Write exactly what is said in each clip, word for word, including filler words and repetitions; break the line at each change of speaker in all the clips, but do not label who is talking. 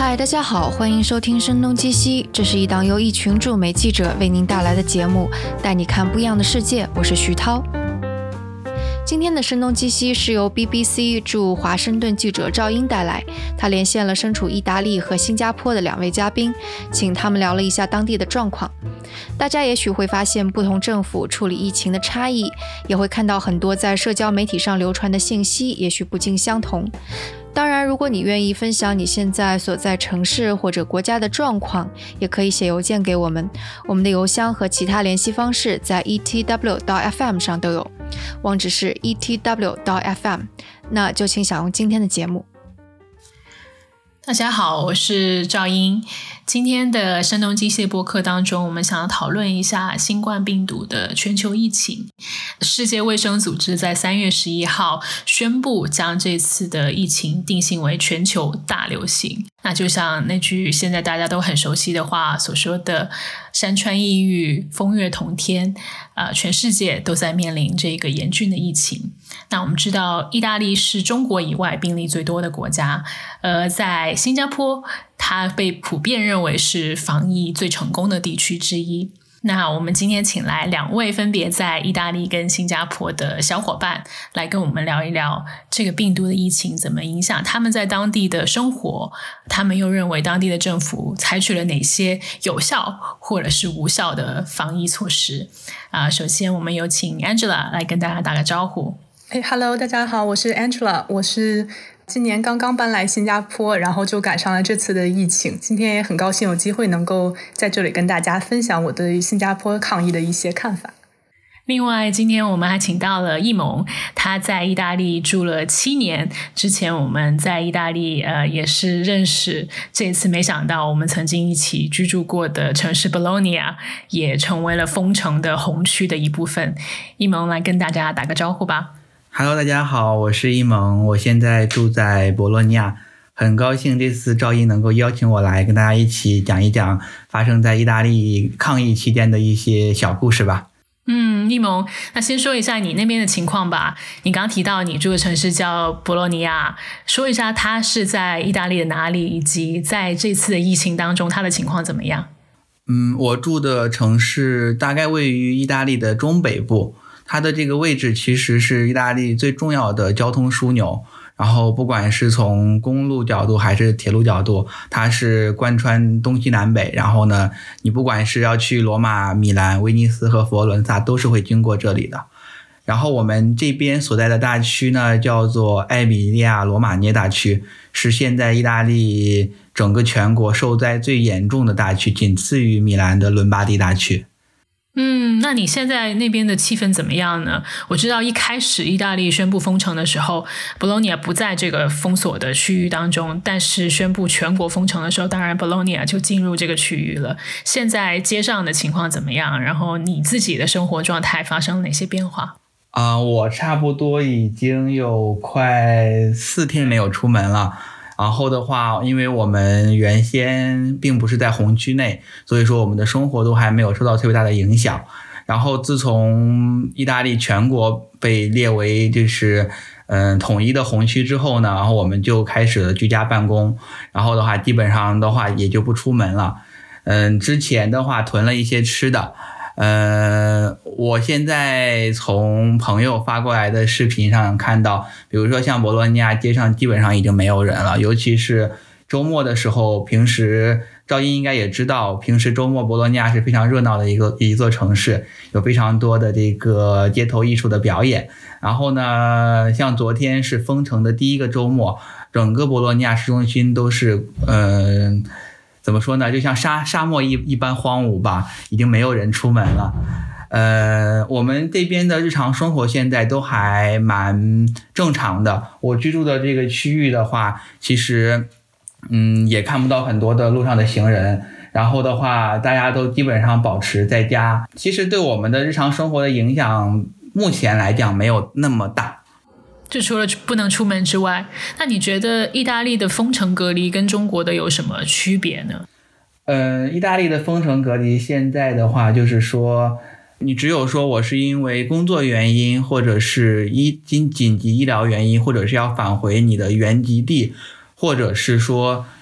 嗨，大家好，欢迎收听声东击西，这是一档由一群驻美记者为您带来的节目，带你看不一样的世界。我是徐涛。今天的声东击西是由 B B C 驻华盛顿记者赵英带来，他连线了身处意大利和新加坡的两位嘉宾，请他们聊了一下当地的状况。大家也许会发现不同政府处理疫情的差异，也会看到很多在社交媒体上流传的信息也许不尽相同。当然，如果你愿意分享你现在所在城市或者国家的状况，也可以写邮件给我们，我们的邮箱和其他联系方式在 e t w dot f m 上都有，网址是 e t w dot f m。 那就请享用今天的节目。
大家好，我是赵英。今天的声东击西播客当中，我们想要讨论一下新冠病毒的全球疫情。世界卫生组织在三月十一号宣布将这次的疫情定性为全球大流行。那就像那句现在大家都很熟悉的话所说的，山川异域，风月同天，呃，全世界都在面临这个严峻的疫情。那我们知道意大利是中国以外病例最多的国家，而在新加坡它被普遍认为是防疫最成功的地区之一。那我们今天请来两位分别在意大利跟新加坡的小伙伴，来跟我们聊一聊这个病毒的疫情怎么影响他们在当地的生活，他们又认为当地的政府采取了哪些有效或者是无效的防疫措施。呃、首先我们有请 Angela 来跟大家打个招呼。
Hey, Hello， 大家好，我是 Angela， 我是今年刚刚搬来新加坡，然后就赶上了这次的疫情。今天也很高兴有机会能够在这里跟大家分享我对新加坡抗疫的一些看法。
另外今天我们还请到了一萌，他在意大利住了七年，之前我们在意大利呃也是认识，这次没想到我们曾经一起居住过的城市 Bologna 也成为了封城的红区的一部分。一萌来跟大家打个招呼吧。
Hello， 大家好，我是一萌，我现在住在博洛尼亚，很高兴这次赵英能够邀请我来跟大家一起讲一讲发生在意大利抗疫期间的一些小故事吧。
嗯，一萌，那先说一下你那边的情况吧。你刚刚提到你住的城市叫博洛尼亚，说一下它是在意大利的哪里，以及在这次的疫情当中它的情况怎么样？
嗯，我住的城市大概位于意大利的中北部，它的这个位置其实是意大利最重要的交通枢纽，然后不管是从公路角度还是铁路角度，它是贯穿东西南北，然后呢，你不管是要去罗马、米兰、威尼斯和佛罗伦萨都是会经过这里的。然后我们这边所在的大区呢叫做埃米利亚罗马涅大区，是现在意大利整个全国受灾最严重的大区，仅次于米兰的伦巴第大区。
嗯，那你现在那边的气氛怎么样呢？我知道一开始意大利宣布封城的时候，博洛尼亚不在这个封锁的区域当中，但是宣布全国封城的时候，当然博洛尼亚就进入这个区域了。现在街上的情况怎么样？然后你自己的生活状态发生了哪些变化？
啊、呃，我差不多已经有快四天没有出门了。然后的话，因为我们原先并不是在红区内，所以说我们的生活都还没有受到特别大的影响。然后自从意大利全国被列为就是嗯统一的红区之后呢，然后我们就开始了居家办公，然后的话基本上的话也就不出门了。嗯，之前的话囤了一些吃的。呃，我现在从朋友发过来的视频上看到，比如说像博洛尼亚街上基本上已经没有人了，尤其是周末的时候，平时赵英应该也知道，平时周末博洛尼亚是非常热闹的一个一座城市，有非常多的这个街头艺术的表演。然后呢，像昨天是封城的第一个周末，整个博洛尼亚市中心都是嗯。呃怎么说呢，就像沙沙漠一一般荒芜吧，已经没有人出门了。呃，我们这边的日常生活现在都还蛮正常的。我居住的这个区域的话，其实嗯也看不到很多的路上的行人，然后的话大家都基本上保持在家。其实对我们的日常生活的影响目前来讲没有那么大。
就除了不能出门之外，那你觉得意大利的封城隔离跟中国的有什么区别呢？
呃，意大利的封城隔离现在的话就是说，你只有说我是因为工作原因，或者是医紧紧急医疗原因，或者是要返回你的原籍地，或者是说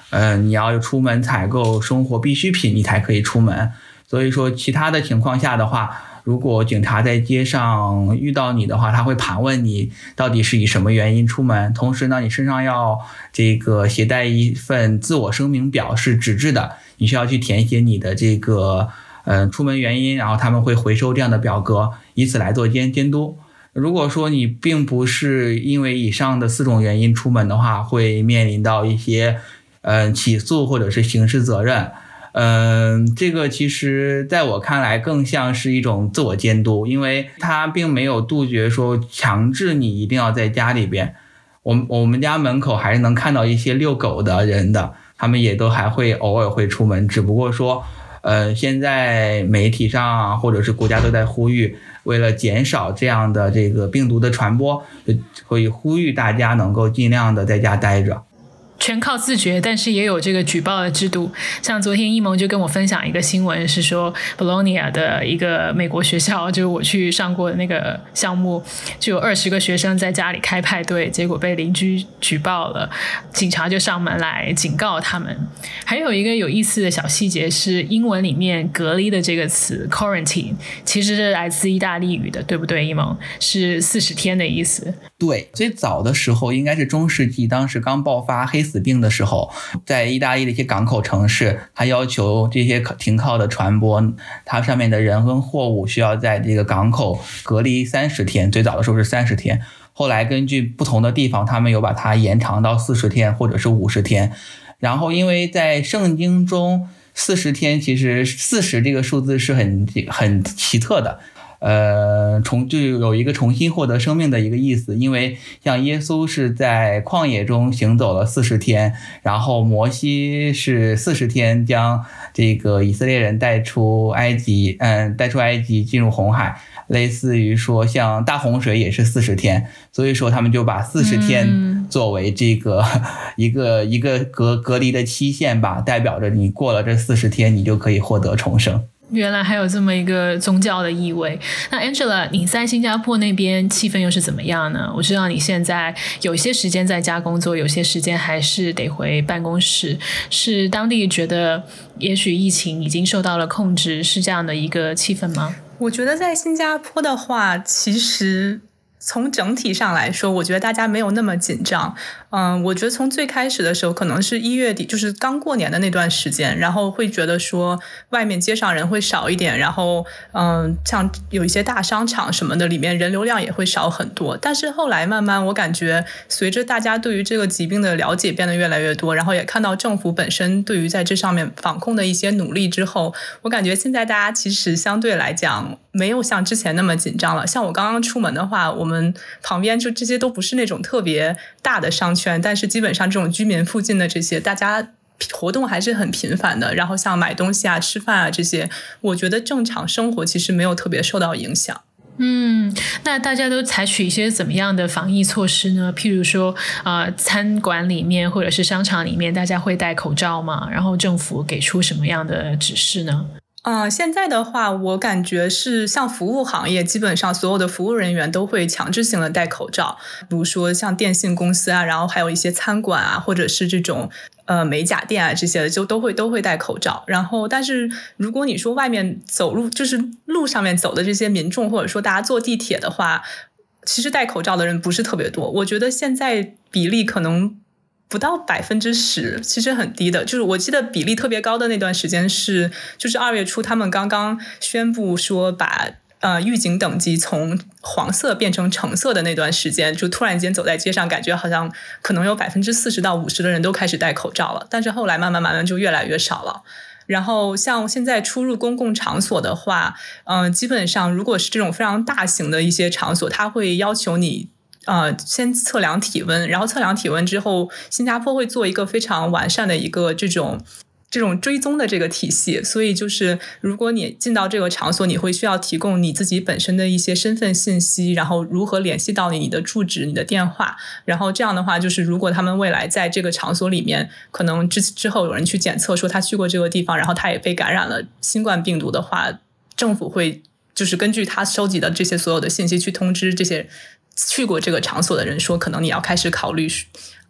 呃，你要出门采购生活必需品，你才可以出门。所以说，其他的情况下的话，如果警察在街上遇到你的话，他会盘问你到底是以什么原因出门。同时呢，你身上要这个携带一份自我声明表，是纸质的，你需要去填写你的这个呃出门原因，然后他们会回收这样的表格，以此来做监监督。如果说你并不是因为以上的四种原因出门的话，会面临到一些呃起诉或者是刑事责任。嗯、呃，这个其实在我看来更像是一种自我监督，因为它并没有杜绝说强制你一定要在家里边。我我们家门口还是能看到一些遛狗的人的，他们也都还会偶尔会出门，只不过说呃，现在媒体上啊，或者是国家都在呼吁，为了减少这样的这个病毒的传播，会呼吁大家能够尽量的在家待着。
全靠自觉，但是也有这个举报的制度。像昨天一萌就跟我分享一个新闻，是说 Bologna 的一个美国学校，就是我去上过的那个项目，就有二十个学生在家里开派对，结果被邻居举报了，警察就上门来警告他们。还有一个有意思的小细节是，英文里面隔离的这个词 quarantine 其实是来自意大利语的，对不对？一萌是四十天的意思。
对，最早的时候应该是中世纪，当时刚爆发黑死病的时候，在意大利的一些港口城市，它要求这些停靠的船舶，它上面的人跟货物需要在这个港口隔离三十天，最早的时候是三十天，后来根据不同的地方，他们有把它延长到四十天或者是五十天。然后因为在圣经中四十天，其实四十这个数字是很很奇特的，呃，重就有一个重新获得生命的一个意思。因为像耶稣是在旷野中行走了四十天，然后摩西是四十天将这个以色列人带出埃及，嗯，带出埃及进入红海，类似于说像大洪水也是四十天，所以说他们就把四十天作为这个、嗯、一个一个隔隔离的期限吧，代表着你过了这四十天，你就可以获得重生。
原来还有这么一个宗教的意味。那 Angela， 你在新加坡那边气氛又是怎么样呢？我知道你现在有些时间在家工作，有些时间还是得回办公室，是当地觉得也许疫情已经受到了控制，是这样的一个气氛吗？
我觉得在新加坡的话，其实从整体上来说，我觉得大家没有那么紧张。嗯，我觉得从最开始的时候，可能是一月底，就是刚过年的那段时间，然后会觉得说外面街上人会少一点，然后嗯，像有一些大商场什么的，里面人流量也会少很多。但是后来慢慢，我感觉随着大家对于这个疾病的了解变得越来越多，然后也看到政府本身对于在这上面防控的一些努力之后，我感觉现在大家其实相对来讲没有像之前那么紧张了。像我刚刚出门的话，我们旁边就这些都不是那种特别大的商圈，但是基本上这种居民附近的这些大家活动还是很频繁的，然后像买东西啊吃饭啊这些，我觉得正常生活其实没有特别受到影响。
嗯，那大家都采取一些怎么样的防疫措施呢？譬如说呃，餐馆里面或者是商场里面大家会戴口罩吗？然后政府给出什么样的指示呢？
嗯，现在的话我感觉是像服务行业，基本上所有的服务人员都会强制性的戴口罩，比如说像电信公司啊，然后还有一些餐馆啊，或者是这种呃美甲店啊这些的，就都会都会戴口罩。然后但是如果你说外面走路，就是路上面走的这些民众，或者说大家坐地铁的话，其实戴口罩的人不是特别多，我觉得现在比例可能不到百分之十，其实很低的。就是我记得比例特别高的那段时间是，就是二月初他们刚刚宣布说把呃预警等级从黄色变成橙色的那段时间，就突然间走在街上，感觉好像可能有百分之四十到五十的人都开始戴口罩了。但是后来慢慢慢慢就越来越少了。然后像现在出入公共场所的话，嗯、呃，基本上如果是这种非常大型的一些场所，它会要求你呃，先测量体温，然后测量体温之后，新加坡会做一个非常完善的一个这种这种追踪的这个体系。所以就是如果你进到这个场所，你会需要提供你自己本身的一些身份信息，然后如何联系到你，你的住址、你的电话。然后这样的话，就是如果他们未来在这个场所里面，可能之之后有人去检测说他去过这个地方，然后他也被感染了新冠病毒的话，政府会就是根据他收集的这些所有的信息去通知这些去过这个场所的人说，可能你要开始考虑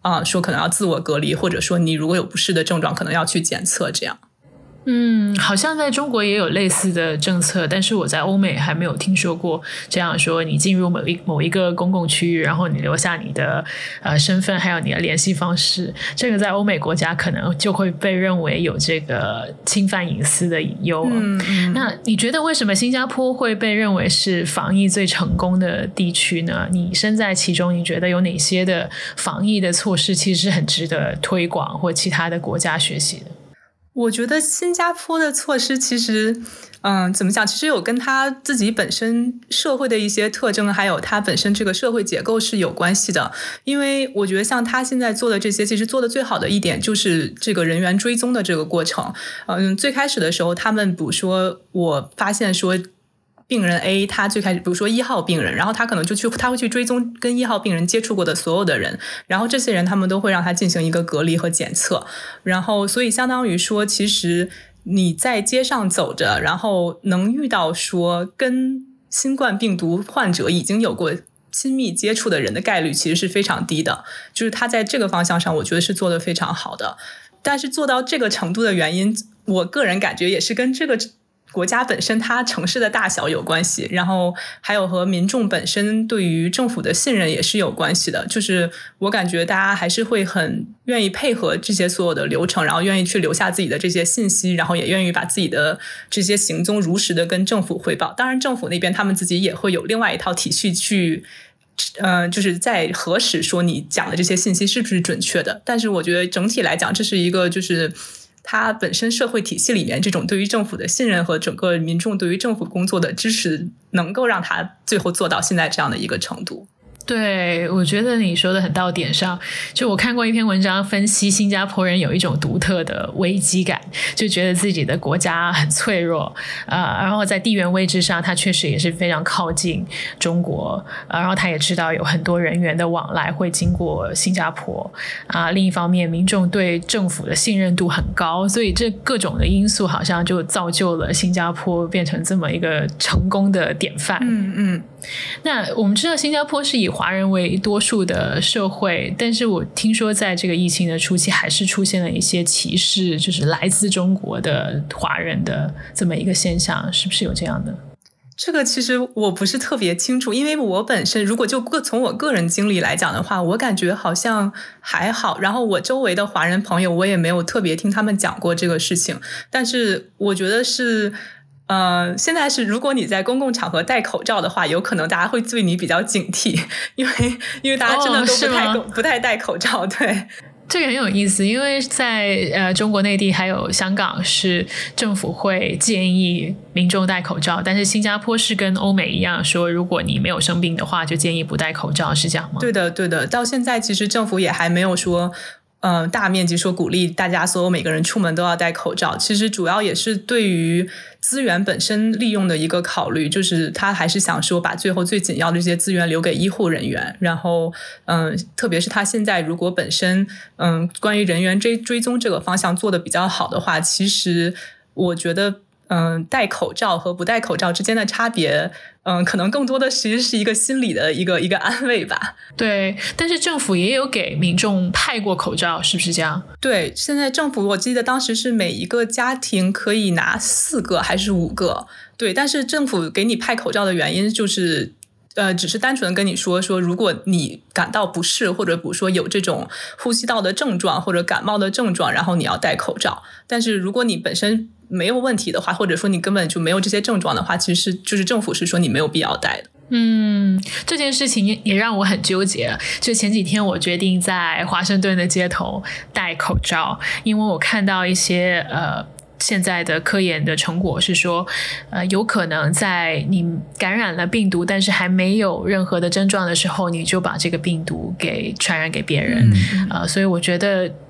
啊、呃，说可能要自我隔离，或者说你如果有不适的症状，可能要去检测这样。
嗯，好像在中国也有类似的政策，但是我在欧美还没有听说过这样说，你进入某一某一个公共区域，然后你留下你的呃身份还有你的联系方式，这个在欧美国家可能就会被认为有这个侵犯隐私的隐忧、哦
嗯嗯、
那你觉得为什么新加坡会被认为是防疫最成功的地区呢？你身在其中，你觉得有哪些的防疫的措施其实是很值得推广或其他的国家学习的？
我觉得新加坡的措施其实嗯，怎么讲，其实有跟他自己本身社会的一些特征，还有他本身这个社会结构是有关系的。因为我觉得像他现在做的这些，其实做的最好的一点就是这个人员追踪的这个过程。嗯，最开始的时候他们比如说我发现说病人 A 他最开始比如说一号病人，然后他可能就去他会去追踪跟一号病人接触过的所有的人，然后这些人他们都会让他进行一个隔离和检测，然后所以相当于说其实你在街上走着，然后能遇到说跟新冠病毒患者已经有过亲密接触的人的概率其实是非常低的，就是他在这个方向上我觉得是做得非常好的。但是做到这个程度的原因，我个人感觉也是跟这个国家本身它城市的大小有关系，然后还有和民众本身对于政府的信任也是有关系的。就是我感觉大家还是会很愿意配合这些所有的流程，然后愿意去留下自己的这些信息，然后也愿意把自己的这些行踪如实的跟政府汇报。当然政府那边他们自己也会有另外一套体系去呃，就是在核实说你讲的这些信息是不是准确的。但是我觉得整体来讲这是一个就是它本身社会体系里面这种对于政府的信任和整个民众对于政府工作的支持，能够让它最后做到现在这样的一个程度。
对，我觉得你说的很到点上。就我看过一篇文章分析新加坡人有一种独特的危机感，就觉得自己的国家很脆弱，呃，然后在地缘位置上它确实也是非常靠近中国，呃、然后他也知道有很多人员的往来会经过新加坡啊、呃。另一方面民众对政府的信任度很高，所以这各种的因素好像就造就了新加坡变成这么一个成功的典范。
嗯嗯。
那我们知道新加坡是以华人为多数的社会，但是我听说在这个疫情的初期还是出现了一些歧视，就是来自中国的华人的这么一个现象，是不是有这样的？
这个其实我不是特别清楚，因为我本身如果就从我个人经历来讲的话，我感觉好像还好，然后我周围的华人朋友我也没有特别听他们讲过这个事情。但是我觉得是呃，现在是如果你在公共场合戴口罩的话，有可能大家会对你比较警惕，因为因为大家真的都不太、哦、不太戴口罩。对，
这个很有意思，因为在呃中国内地还有香港是政府会建议民众戴口罩，但是新加坡是跟欧美一样说，如果你没有生病的话就建议不戴口罩，是这样吗？
对的对的，到现在其实政府也还没有说呃，大面积说鼓励大家所有每个人出门都要戴口罩，其实主要也是对于资源本身利用的一个考虑，就是他还是想说把最后最紧要的这些资源留给医护人员，然后嗯、呃，特别是他现在如果本身嗯、呃，关于人员追追踪这个方向做得比较好的话，其实我觉得嗯，戴口罩和不戴口罩之间的差别，嗯，可能更多的其实是一个心理的一个一个安慰吧。
对，但是政府也有给民众派过口罩，是不是这样？
对，现在政府我记得当时是每一个家庭可以拿四个还是五个，对，但是政府给你派口罩的原因就是呃，只是单纯的跟你说说，如果你感到不适，或者比如说有这种呼吸道的症状或者感冒的症状，然后你要戴口罩。但是如果你本身没有问题的话，或者说你根本就没有这些症状的话，其实就是政府是说你没有必要戴的。
嗯，这件事情也让我很纠结。就前几天我决定在华盛顿的街头戴口罩，因为我看到一些呃现在的科研的成果是说，呃，有可能在你感染了病毒，但是还没有任何的症状的时候，你就把这个病毒给传染给别人。嗯、呃，所以我觉得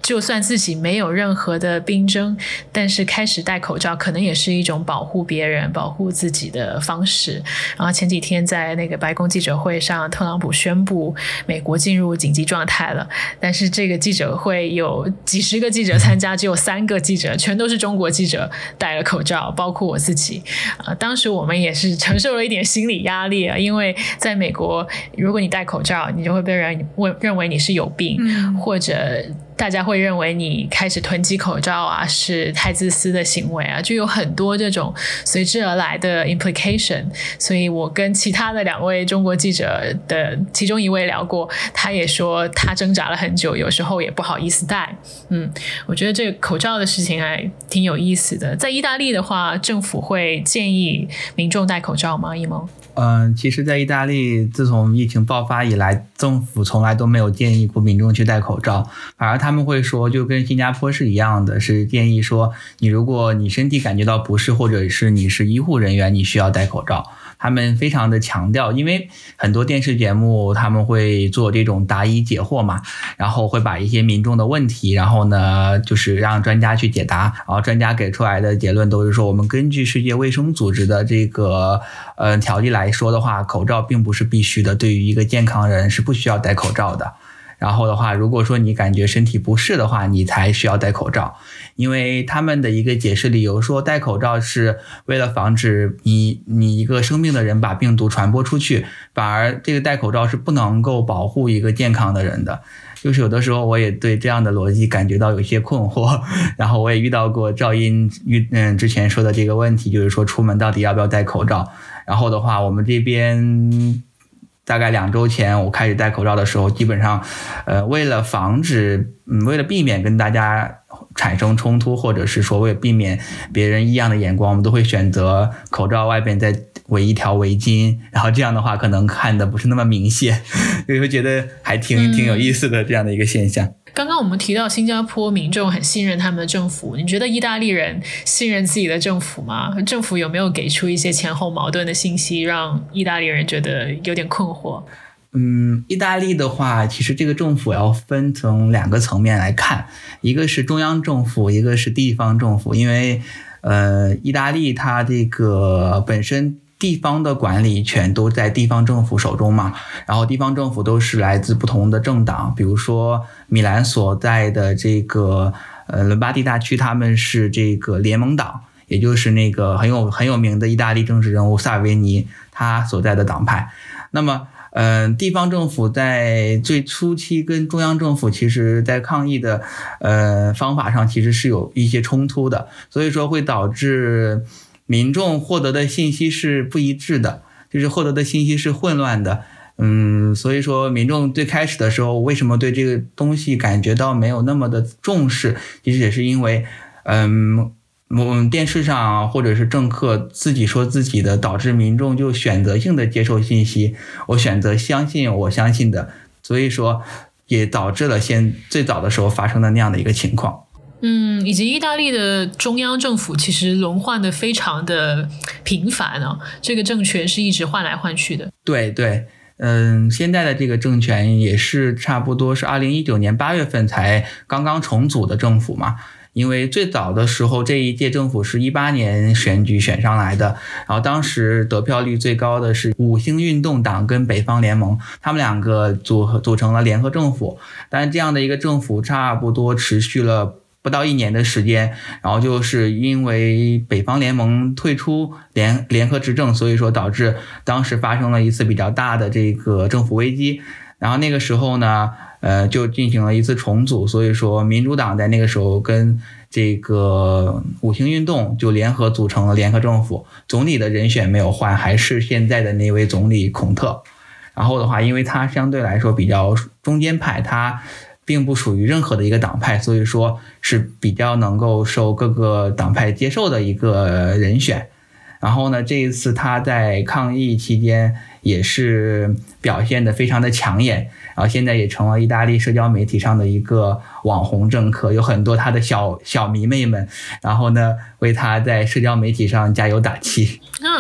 就算自己没有任何的病症，但是开始戴口罩可能也是一种保护别人保护自己的方式。然后前几天在那个白宫记者会上，特朗普宣布美国进入紧急状态了，但是这个记者会有几十个记者参加，只有三个记者全都是中国记者戴了口罩，包括我自己。呃，当时我们也是承受了一点心理压力啊，因为在美国如果你戴口罩你就会被人问认为你是有病、嗯、或者大家会认为你开始囤积口罩啊是太自私的行为啊，就有很多这种随之而来的 implication。 所以我跟其他的两位中国记者的其中一位聊过，他也说他挣扎了很久，有时候也不好意思戴。嗯，我觉得这个口罩的事情还挺有意思的。在意大利的话，政府会建议民众戴口罩吗？一萌？
嗯，其实在意大利自从疫情爆发以来，政府从来都没有建议过民众去戴口罩，反而他们会说就跟新加坡是一样的，是建议说你如果你身体感觉到不适，或者是你是医护人员，你需要戴口罩。他们非常的强调，因为很多电视节目他们会做这种答疑解惑嘛，然后会把一些民众的问题，然后呢就是让专家去解答，然后专家给出来的结论都是说，我们根据世界卫生组织的这个呃条例来说的话，口罩并不是必须的，对于一个健康人是不需要戴口罩的。然后的话，如果说你感觉身体不适的话，你才需要戴口罩。因为他们的一个解释理由说，戴口罩是为了防止你你一个生病的人把病毒传播出去，反而这个戴口罩是不能够保护一个健康的人的。就是有的时候我也对这样的逻辑感觉到有些困惑，然后我也遇到过赵英嗯之前说的这个问题，就是说出门到底要不要戴口罩。然后的话，我们这边大概两周前我开始戴口罩的时候，基本上呃为了防止嗯为了避免跟大家产生冲突，或者是说为了避免别人异样的眼光，我们都会选择口罩外边再围一条围巾，然后这样的话可能看的不是那么明显，所以会觉得还挺挺有意思的这样的一个现象。
刚刚我们提到新加坡民众很信任他们的政府，你觉得意大利人信任自己的政府吗？政府有没有给出一些前后矛盾的信息，让意大利人觉得有点困惑？
嗯，意大利的话，其实这个政府要分成两个层面来看，一个是中央政府，一个是地方政府。因为呃，意大利它这个本身地方的管理权都在地方政府手中嘛，然后地方政府都是来自不同的政党，比如说米兰所在的这个呃伦巴第大区，他们是这个联盟党，也就是那个很有很有名的意大利政治人物萨尔维尼他所在的党派。那么呃，地方政府在最初期跟中央政府其实在抗议的呃方法上其实是有一些冲突的，所以说会导致民众获得的信息是不一致的，就是获得的信息是混乱的。嗯，所以说民众最开始的时候为什么对这个东西感觉到没有那么的重视，其实也是因为嗯我们电视上或者是政客自己说自己的，导致民众就选择性的接受信息，我选择相信我相信的，所以说也导致了现最早的时候发生的那样的一个情况。
嗯，以及意大利的中央政府其实轮换的非常的频繁啊，这个政权是一直换来换去的。
对对，嗯，现在的这个政权也是差不多是二零一九年八月份才刚刚重组的政府嘛。因为最早的时候这一届政府是一八年选举选上来的，然后当时得票率最高的是五星运动党跟北方联盟，他们两个组合组成了联合政府。但是这样的一个政府差不多持续了不到一年的时间，然后就是因为北方联盟退出联联合执政，所以说导致当时发生了一次比较大的这个政府危机。然后那个时候呢呃，就进行了一次重组，所以说民主党在那个时候跟这个五星运动就联合组成了联合政府，总理的人选没有换，还是现在的那位总理孔特。然后的话，因为他相对来说比较中间派，他并不属于任何的一个党派，所以说是比较能够受各个党派接受的一个人选。然后呢，这一次他在抗议期间也是表现得非常的抢眼，然后现在也成了意大利社交媒体上的一个网红政客，有很多他的小小迷妹们，然后呢为他在社交媒体上加油打气。
嗯，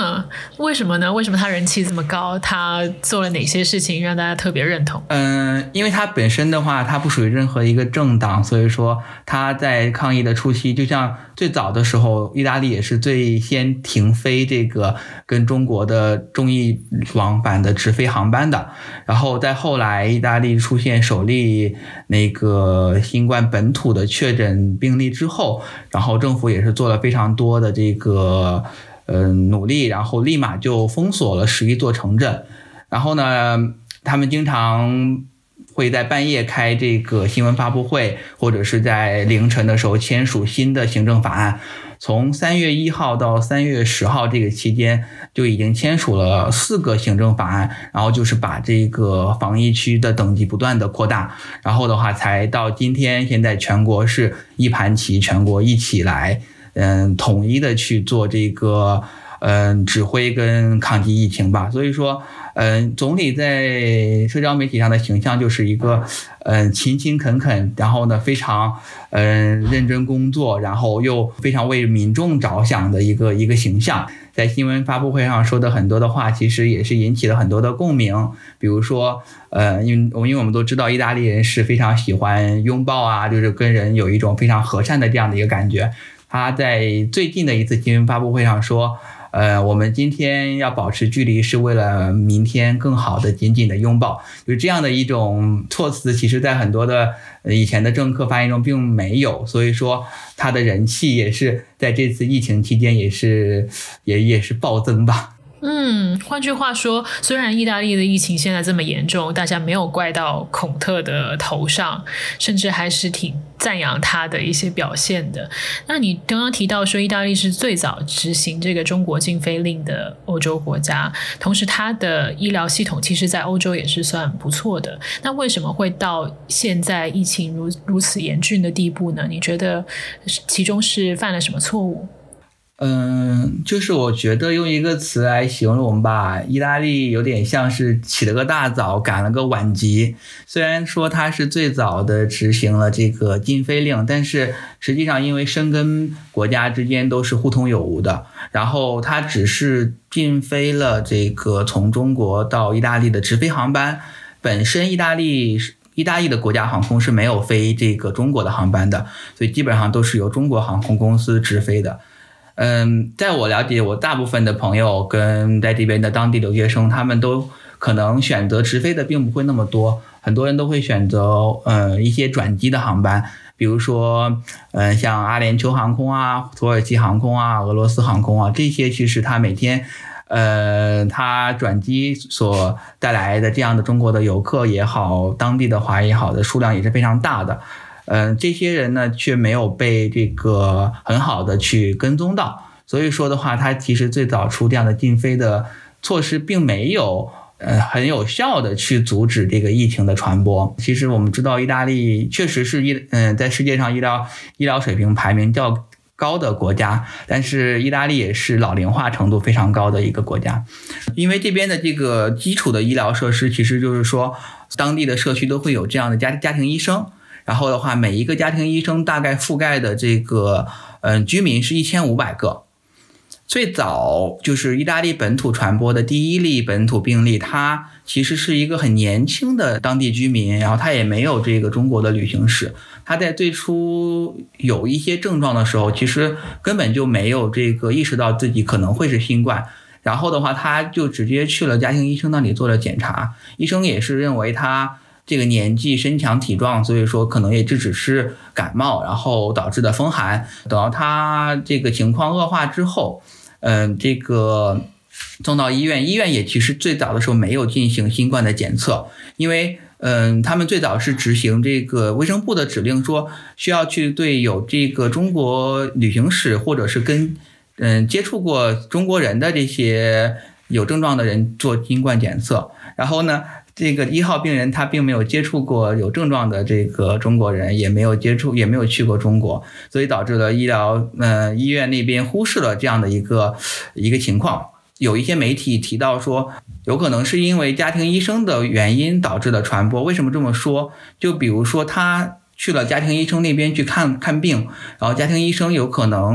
嗯，为什么呢？为什么他人气这么高？他做了哪些事情让大家特别认同？
嗯，因为他本身的话，他不属于任何一个政党，所以说他在抗疫的初期，就像最早的时候，意大利也是最先停飞这个跟中国的中意往返的直飞航班的。然后在后来，意大利出现首例那个新冠本土的确诊病例之后，然后政府也是做了非常多的这个呃努力，然后立马就封锁了十一座城镇。然后呢，他们经常会在半夜开这个新闻发布会，或者是在凌晨的时候签署新的行政法案。从三月一号到三月十号这个期间，就已经签署了四个行政法案，然后就是把这个防疫区的等级不断的扩大，然后的话才到今天，现在全国是一盘棋，全国一起来，嗯，统一的去做这个嗯指挥跟抗击疫情吧。所以说，嗯，总理在社交媒体上的形象就是一个嗯勤勤恳恳，然后呢非常嗯认真工作，然后又非常为民众着想的一个一个形象。在新闻发布会上说的很多的话，其实也是引起了很多的共鸣。比如说，呃，因为因为我们都知道意大利人是非常喜欢拥抱啊，就是跟人有一种非常和善的这样的一个感觉。他在最近的一次新闻发布会上说，呃，我们今天要保持距离，是为了明天更好的紧紧的拥抱。就是这样的一种措辞，其实在很多的以前的政客发言中并没有，所以说他的人气也是在这次疫情期间也是也也是暴增吧。
嗯，换句话说，虽然意大利的疫情现在这么严重，大家没有怪到孔特的头上，甚至还是挺赞扬他的一些表现的。那你刚刚提到说意大利是最早执行这个中国禁飞令的欧洲国家，同时它的医疗系统其实在欧洲也是算不错的。那为什么会到现在疫情如如此严峻的地步呢？你觉得其中是犯了什么错误？
嗯，就是我觉得用一个词来形容吧，意大利有点像是起了个大早，赶了个晚集。虽然说它是最早的执行了这个禁飞令，但是实际上因为申根国家之间都是互通有无的，然后它只是禁飞了这个从中国到意大利的直飞航班，本身意大利意大利的国家航空是没有飞这个中国的航班的，所以基本上都是由中国航空公司直飞的。嗯，在我了解，我大部分的朋友跟在这边的当地留学生，他们都可能选择直飞的并不会那么多，很多人都会选择呃一些转机的航班，比如说嗯像阿联酋航空啊、土耳其航空啊、俄罗斯航空啊，这些其实它每天呃它转机所带来的这样的中国的游客也好，当地的华也好的数量也是非常大的。嗯，这些人呢却没有被这个很好的去跟踪到，所以说的话，他其实最早出这样的禁飞的措施，并没有呃很有效的去阻止这个疫情的传播。其实我们知道，意大利确实是医嗯、呃、在世界上医疗医疗水平排名较高的国家，但是意大利也是老龄化程度非常高的一个国家，因为这边的这个基础的医疗设施，其实就是说当地的社区都会有这样的家家庭医生。然后的话，每一个家庭医生大概覆盖的这个嗯、呃、居民是一千五百个。最早就是意大利本土传播的第一例本土病例，他其实是一个很年轻的当地居民，然后他也没有这个中国的旅行史。他在最初有一些症状的时候，其实根本就没有这个意识到自己可能会是新冠。然后的话，他就直接去了家庭医生那里做了检查，医生也是认为他这个年纪身强体壮，所以说可能也就只是感冒，然后导致的风寒。等到他这个情况恶化之后，嗯，这个送到医院，医院也其实最早的时候没有进行新冠的检测，因为嗯，他们最早是执行这个卫生部的指令，说需要去对有这个中国旅行史或者是跟嗯接触过中国人的这些有症状的人做新冠检测。然后呢，这个一号病人他并没有接触过有症状的这个中国人，也没有接触，也没有去过中国，所以导致了医疗呃医院那边忽视了这样的一个一个情况。有一些媒体提到说，有可能是因为家庭医生的原因导致的传播。为什么这么说？就比如说他去了家庭医生那边去看看病，然后家庭医生有可能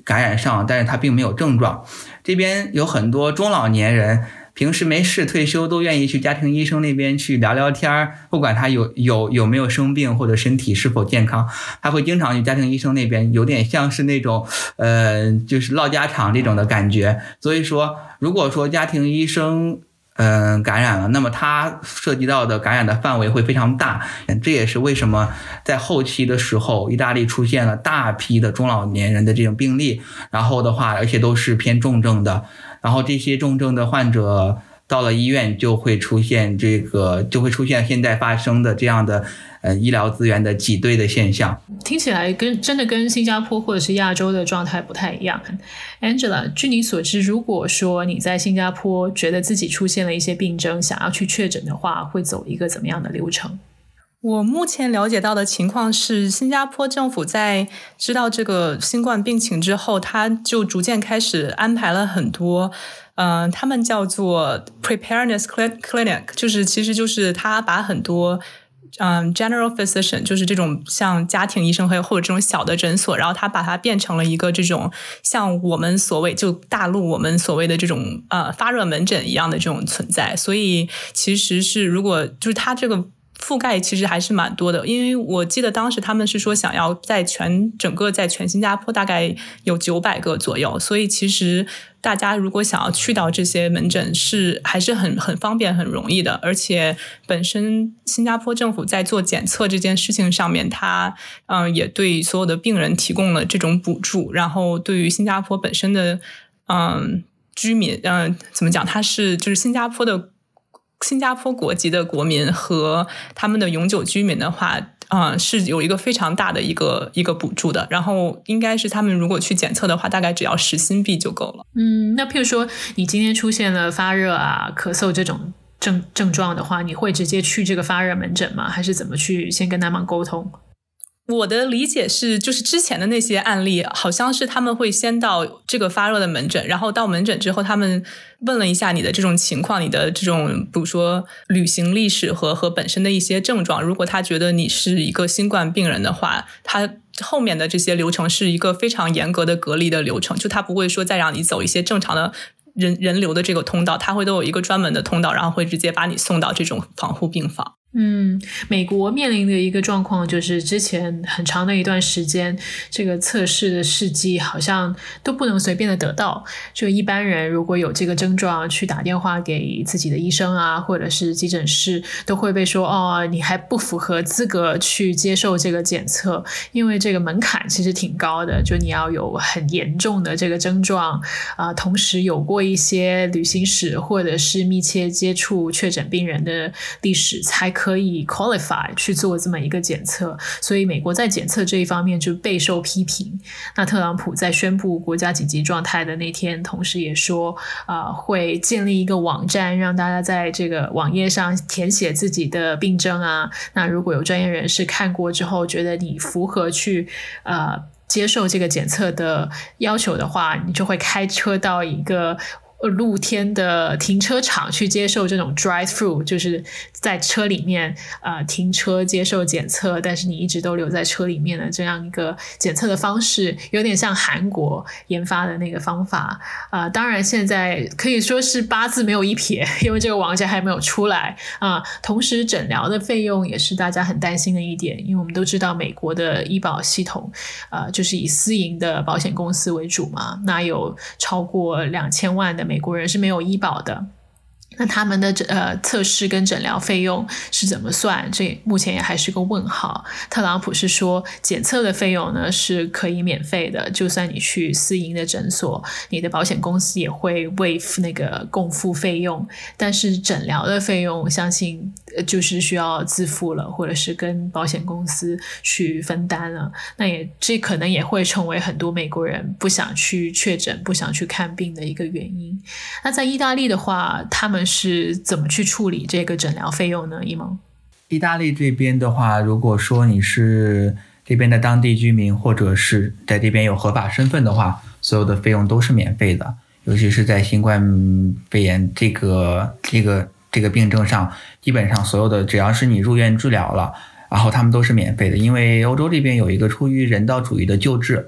感染上，但是他并没有症状。这边有很多中老年人平时没事退休都愿意去家庭医生那边去聊聊天，不管他有有有没有生病或者身体是否健康，他会经常去家庭医生那边，有点像是那种呃就是唠家常这种的感觉。所以说如果说家庭医生嗯、呃，感染了，那么它涉及到的感染的范围会非常大，这也是为什么在后期的时候，意大利出现了大批的中老年人的这种病例，然后的话，而且都是偏重症的，然后这些重症的患者到了医院就会出现这个，就会出现现在发生的这样的呃医疗资源的挤兑的现象。
听起来跟真的跟新加坡或者是亚洲的状态不太一样。Angela， 据你所知，如果说你在新加坡觉得自己出现了一些病症，想要去确诊的话，会走一个怎么样的流程？
我目前了解到的情况是，新加坡政府在知道这个新冠病情之后，他就逐渐开始安排了很多嗯、呃，他们叫做 preparedness clinic， 就是其实就是他把很多嗯 general physician， 就是这种像家庭医生或者这种小的诊所，然后他把它变成了一个这种像我们所谓就大陆我们所谓的这种呃发热门诊一样的这种存在。所以其实是如果就是他这个覆盖其实还是蛮多的，因为我记得当时他们是说想要在全整个在全新加坡大概有九百个左右，所以其实大家如果想要去到这些门诊是还是很很方便很容易的。而且本身新加坡政府在做检测这件事情上面，它嗯、呃、也对所有的病人提供了这种补助，然后对于新加坡本身的嗯居民嗯、呃、怎么讲，它是就是新加坡的新加坡国籍的国民和他们的永久居民的话啊、呃，是有一个非常大的一个一个补助的。然后应该是他们如果去检测的话，大概只要十新币就够了。
嗯，那譬如说你今天出现了发热啊、咳嗽这种症症状的话，你会直接去这个发热门诊吗？还是怎么去先跟他们沟通？
我的理解是，就是之前的那些案例好像是他们会先到这个发热的门诊，然后到门诊之后他们问了一下你的这种情况，你的这种比如说旅行历史和和本身的一些症状，如果他觉得你是一个新冠病人的话，他后面的这些流程是一个非常严格的隔离的流程，就他不会说再让你走一些正常的人人流的这个通道，他会都有一个专门的通道，然后会直接把你送到这种防护病房。
嗯，美国面临的一个状况就是之前很长的一段时间，这个测试的试剂好像都不能随便的得到，就一般人如果有这个症状去打电话给自己的医生啊，或者是急诊室，都会被说哦，你还不符合资格去接受这个检测，因为这个门槛其实挺高的，就你要有很严重的这个症状啊、呃，同时有过一些旅行史或者是密切接触确诊病人的历史才可以 qualify 去做这么一个检测，所以美国在检测这一方面就备受批评。那特朗普在宣布国家紧急状态的那天，同时也说呃，会建立一个网站，让大家在这个网页上填写自己的病症啊，那如果有专业人士看过之后觉得你符合去呃接受这个检测的要求的话，你就会开车到一个露天的停车场去接受这种 drive-through， 就是在车里面呃停车接受检测，但是你一直都留在车里面的这样一个检测的方式，有点像韩国研发的那个方法。呃，当然现在可以说是八字没有一撇，因为这个网站还没有出来啊、呃。同时诊疗的费用也是大家很担心的一点，因为我们都知道美国的医保系统呃就是以私营的保险公司为主嘛，那有超过两千万的美国人是没有医保的，那他们的呃测试跟诊疗费用是怎么算？这目前也还是个问号。特朗普是说检测的费用呢是可以免费的，就算你去私营的诊所，你的保险公司也会 waive 那个共付费用，但是诊疗的费用相信就是需要自付了，或者是跟保险公司去分担了。那也这可能也会成为很多美国人不想去确诊、不想去看病的一个原因。那在意大利的话，他们是怎么去处理这个诊疗费用呢？一萌，
意大利这边的话，如果说你是这边的当地居民，或者是在这边有合法身份的话，所有的费用都是免费的。尤其是在新冠肺炎这个这个这个病症上，基本上所有的只要是你入院治疗了，然后他们都是免费的。因为欧洲这边有一个出于人道主义的救治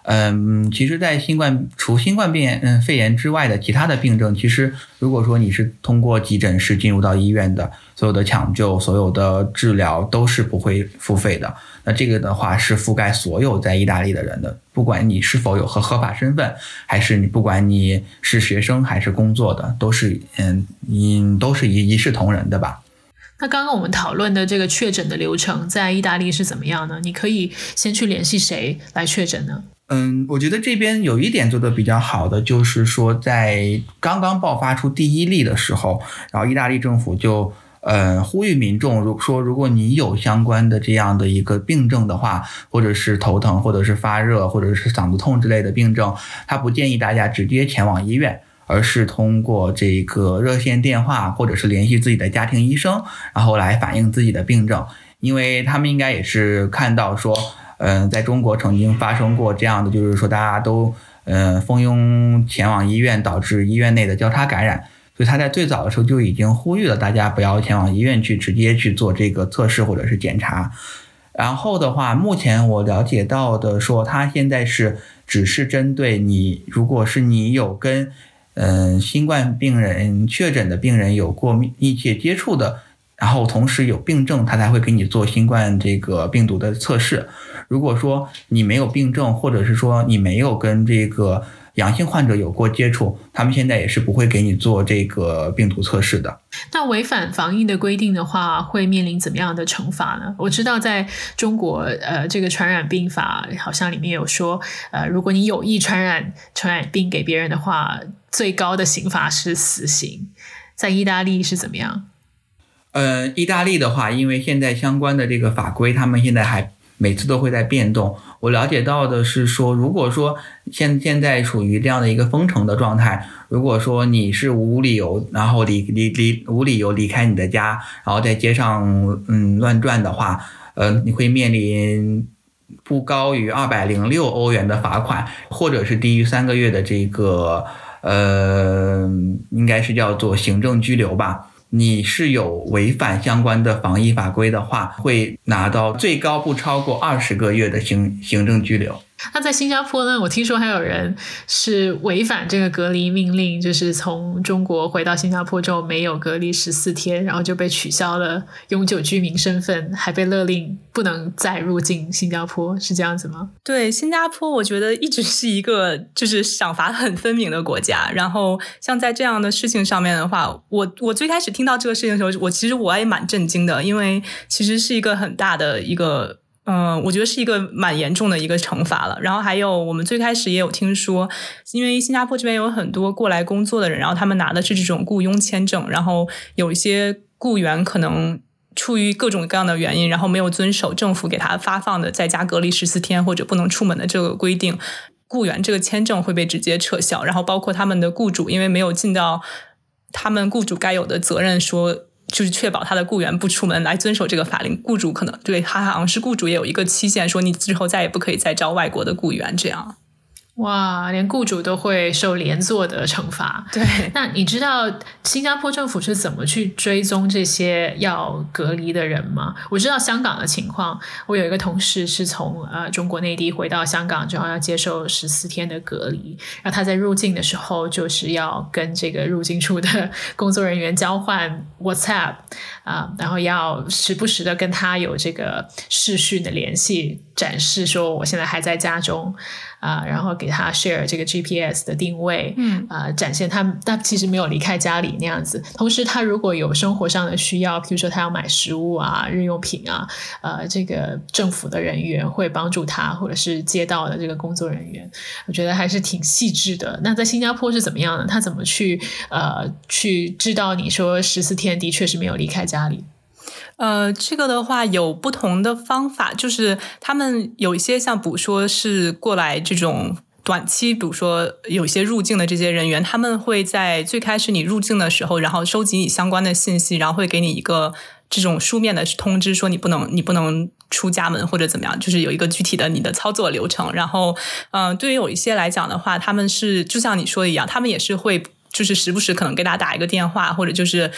嗯，其实在新冠除新冠病嗯肺炎之外的其他的病症，其实如果说你是通过急诊室进入到医院的，所有的抢救所有的治疗都是不会付费的。那这个的话是覆盖所有在意大利的人的，不管你是否有合合法身份，还是你不管你是学生还是工作的，都是嗯嗯都是一一视同仁的吧。
那刚刚我们讨论的这个确诊的流程在意大利是怎么样呢？你可以先去联系谁来确诊呢？
嗯，我觉得这边有一点做得比较好的，就是说在刚刚爆发出第一例的时候，然后意大利政府就呃呼吁民众，如说如果你有相关的这样的一个病症的话，或者是头疼，或者是发热，或者是嗓子痛之类的病症，他不建议大家直接前往医院，而是通过这个热线电话或者是联系自己的家庭医生，然后来反映自己的病症。因为他们应该也是看到说嗯、呃，在中国曾经发生过这样的，就是说大家都呃蜂拥前往医院，导致医院内的交叉感染，所以他在最早的时候就已经呼吁了大家不要前往医院去直接去做这个测试或者是检查。然后的话，目前我了解到的说，他现在是只是针对你，如果是你有跟嗯、呃、新冠病人确诊的病人有过密切接触的，然后同时有病症，他才会给你做新冠这个病毒的测试。如果说你没有病症，或者是说你没有跟这个阳性患者有过接触，他们现在也是不会给你做这个病毒测试的。
那违反防疫的规定的话，会面临怎么样的惩罚呢？我知道在中国呃，这个传染病法好像里面有说呃，如果你有意传染传染病给别人的话，最高的刑罚是死刑。在意大利是怎么样？
呃，意大利的话，因为现在相关的这个法规他们现在还每次都会在变动。我了解到的是说，如果说现现在属于这样的一个封城的状态，如果说你是无理由然后离离离无理由离开你的家，然后在街上嗯乱转的话，呃你会面临不高于二百零六欧元的罚款，或者是低于三个月的这个呃应该是叫做行政拘留吧。你是有违反相关的防疫法规的话，会拿到最高不超过二十个月的行行政拘留。
那在新加坡呢，我听说还有人是违反这个隔离命令，就是从中国回到新加坡之后没有隔离十四天，然后就被取消了永久居民身份，还被勒令不能再入境新加坡，是这样子吗？
对，新加坡我觉得一直是一个就是赏罚很分明的国家，然后像在这样的事情上面的话，我我最开始听到这个事情的时候，我其实我也蛮震惊的，因为其实是一个很大的一个嗯、呃，我觉得是一个蛮严重的一个惩罚了。然后还有我们最开始也有听说，因为新加坡这边有很多过来工作的人，然后他们拿的是这种雇佣签证，然后有一些雇员可能出于各种各样的原因，然后没有遵守政府给他发放的在家隔离十四天或者不能出门的这个规定，雇员这个签证会被直接撤销。然后包括他们的雇主因为没有尽到他们雇主该有的责任，说就是确保他的雇员不出门来遵守这个法令，雇主可能对他好像是雇主也有一个期限，说你之后再也不可以再招外国的雇员这样。
哇，连雇主都会受连坐的惩罚。
对，
那你知道新加坡政府是怎么去追踪这些要隔离的人吗？我知道香港的情况，我有一个同事是从呃中国内地回到香港之后要接受十四天的隔离，然后他在入境的时候就是要跟这个入境处的工作人员交换 WhatsApp 啊、呃，然后要时不时的跟他有这个视讯的联系，展示说我现在还在家中啊、呃，然后给他 share 这个 G P S 的定位，
嗯，
啊、呃，展现他他其实没有离开家里那样子。同时，他如果有生活上的需要，譬如说他要买食物啊、日用品啊，呃，这个政府的人员会帮助他，或者是街道的这个工作人员，我觉得还是挺细致的。那在新加坡是怎么样呢？他怎么去呃去知道你说十四天的确是没有离开家里？
呃，这个的话有不同的方法，就是他们有一些像比如说是过来这种短期，比如说有一些入境的这些人员，他们会在最开始你入境的时候，然后收集你相关的信息，然后会给你一个这种书面的通知，说你不能你不能出家门或者怎么样，就是有一个具体的你的操作流程。然后嗯、呃，对于有一些来讲的话，他们是就像你说的一样，他们也是会就是时不时可能给大家打一个电话，或者就是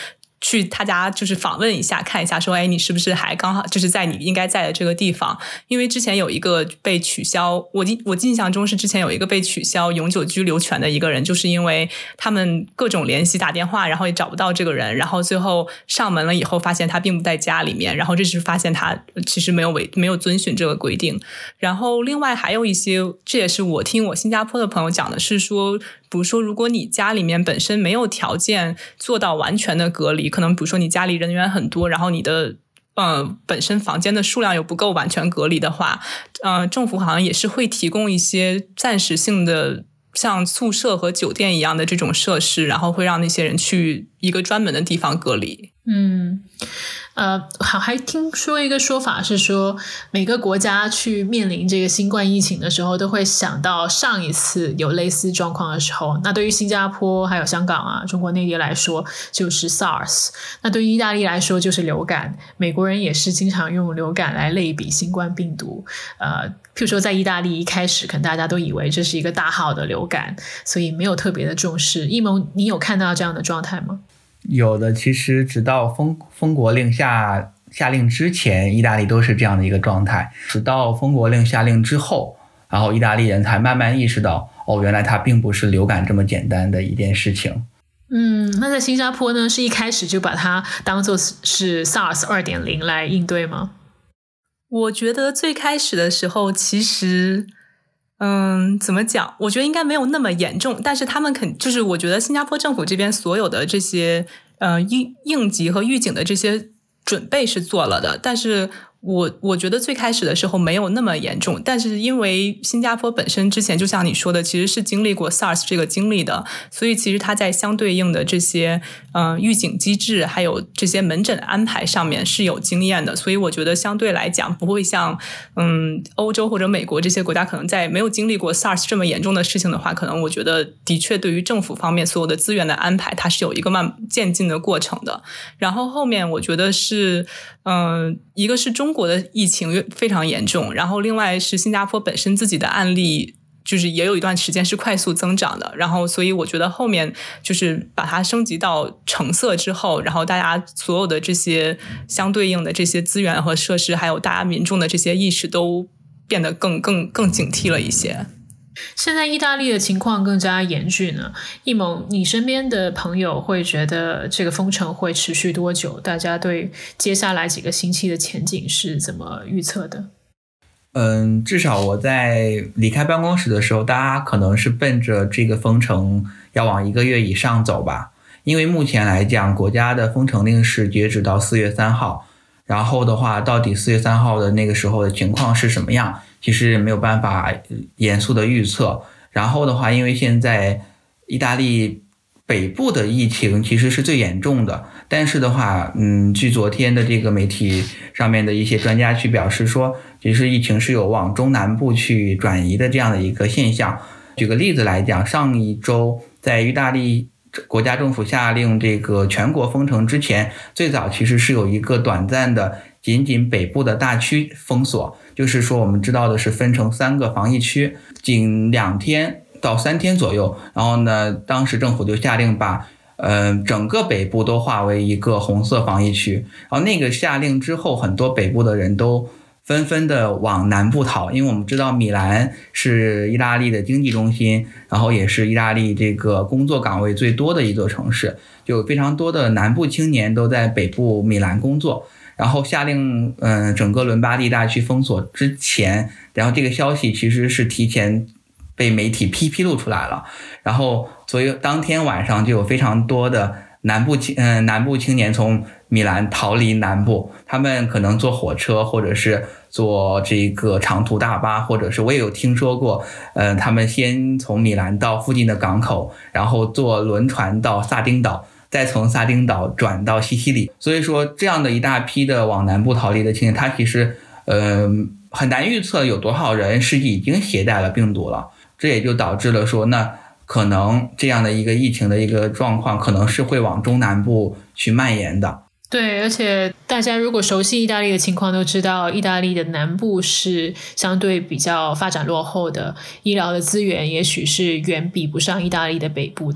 去他家就是访问一下，看一下说，哎，你是不是还刚好就是在你应该在的这个地方？因为之前有一个被取消，我我印象中是之前有一个被取消永久居留权的一个人，就是因为他们各种联系打电话，然后也找不到这个人，然后最后上门了以后发现他并不在家里面，然后这是发现他其实没有违没有遵循这个规定。然后另外还有一些，这也是我听我新加坡的朋友讲的，是说比如说如果你家里面本身没有条件做到完全的隔离，可能比如说你家里人员很多，然后你的呃本身房间的数量又不够完全隔离的话，呃政府好像也是会提供一些暂时性的像宿舍和酒店一样的这种设施，然后会让那些人去一个专门的地方隔离。
嗯，呃，好，还听说一个说法是说，每个国家去面临这个新冠疫情的时候，都会想到上一次有类似状况的时候。那对于新加坡还有香港啊，中国内地来说就是 SARS， 那对于意大利来说就是流感。美国人也是经常用流感来类比新冠病毒。呃，譬如说在意大利一开始可能大家都以为这是一个大号的流感，所以没有特别的重视。一萌，你有看到这样的状态吗？
有的，其实直到封封国令下下令之前，意大利都是这样的一个状态。直到封国令下令之后，然后意大利人才慢慢意识到，哦，原来它并不是流感这么简单的一件事情。
嗯，那在新加坡呢，是一开始就把它当作是 SARS 二点零 来应对吗？
我觉得最开始的时候，其实嗯，怎么讲？我觉得应该没有那么严重，但是他们肯就是，我觉得新加坡政府这边所有的这些呃应应急和预警的这些准备是做了的，但是我我觉得最开始的时候没有那么严重，但是因为新加坡本身之前就像你说的，其实是经历过 SARS 这个经历的，所以其实它在相对应的这些呃预警机制还有这些门诊安排上面是有经验的，所以我觉得相对来讲不会像嗯欧洲或者美国这些国家可能在没有经历过 SARS 这么严重的事情的话，可能我觉得的确对于政府方面所有的资源的安排它是有一个慢渐进的过程的。然后后面我觉得是嗯、呃、一个是中国的疫情非常严重，然后另外是新加坡本身自己的案例就是也有一段时间是快速增长的，然后所以我觉得后面就是把它升级到橙色之后，然后大家所有的这些相对应的这些资源和设施还有大家民众的这些意识都变得更更更警惕了一些。
现在意大利的情况更加严峻呢，一萌，你身边的朋友会觉得这个封城会持续多久？大家对接下来几个星期的前景是怎么预测的？
嗯，至少我在离开办公室的时候，大家可能是奔着这个封城要往一个月以上走吧。因为目前来讲，国家的封城令是截止到四月三号，然后的话，到底四月三号的那个时候的情况是什么样，其实没有办法严肃的预测。然后的话，因为现在意大利北部的疫情其实是最严重的，但是的话，嗯，据昨天的这个媒体上面的一些专家去表示说，其实疫情是有往中南部去转移的这样的一个现象。举个例子来讲，上一周在意大利国家政府下令这个全国封城之前，最早其实是有一个短暂的仅仅北部的大区封锁，就是说我们知道的是分成三个防疫区，仅两天到三天左右，然后呢，当时政府就下令把呃整个北部都划为一个红色防疫区。然后那个下令之后，很多北部的人都纷纷的往南部逃，因为我们知道米兰是意大利的经济中心，然后也是意大利这个工作岗位最多的一座城市，就有非常多的南部青年都在北部米兰工作。然后下令嗯、呃、整个伦巴第大区封锁之前，然后这个消息其实是提前被媒体披披露出来了，然后所以当天晚上就有非常多的南部青嗯、呃、南部青年从米兰逃离南部，他们可能坐火车或者是坐这个长途大巴，或者是我也有听说过呃他们先从米兰到附近的港口，然后坐轮船到萨丁岛，再从萨丁岛转到西西里。所以说这样的一大批的往南部逃离的青年，他其实呃很难预测有多少人是已经携带了病毒了。这也就导致了说，那可能这样的一个疫情的一个状况可能是会往中南部去蔓延的。
对，而且大家如果熟悉意大利的情况都知道，意大利的南部是相对比较发展落后的，医疗的资源也许是远比不上意大利的北部的。